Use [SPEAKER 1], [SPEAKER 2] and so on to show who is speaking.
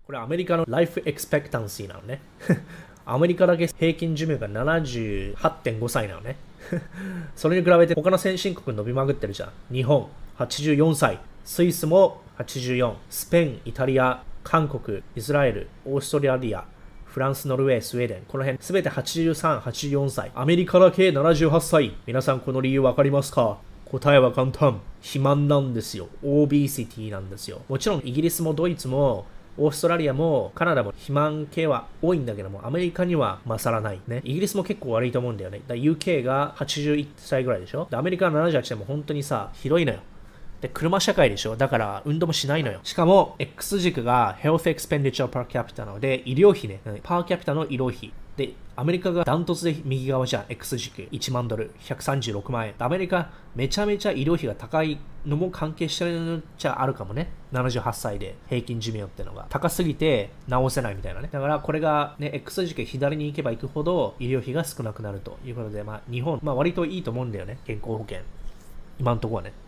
[SPEAKER 1] これアメリカのライフエクスペクタンシーなのね。アメリカだけ平均寿命が78.5歳なのね。それに比べて他の先進国伸びまくってるじゃん。日本84歳、スイスも84、スペイン、イタリア、韓国、イスラエル、オーストラリア、フランス、ノルウェー、スウェーデン、この辺すべて83、84歳。アメリカだけ78歳。皆さんこの理由わかりますか？答えは簡単。肥満なんですよ。オビシティなんですよ。もちろんイギリスもドイツもオーストラリアもカナダも肥満系は多いんだけども、アメリカには勝らないね。イギリスも結構悪いと思うんだよね。UK が81歳ぐらいでしょ。でアメリカは78でも本当にさ、広いのよ。で、車社会でしょ。だから運動もしないのよ。しかも X 軸が Health Expenditure per capita なので、医療費ね。パーキャピタの医療費。で、アメリカがダントツで右側じゃん。X 軸。1万ドル。136万円。アメリカめちゃめちゃ医療費が高いのも関係してるっちゃあるかもね。78歳で平均寿命ってのが。高すぎて治せないみたいなね。だからこれがね、X 軸左に行けば行くほど医療費が少なくなるということで、日本、割といいと思うんだよね。健康保険。今んとこはね。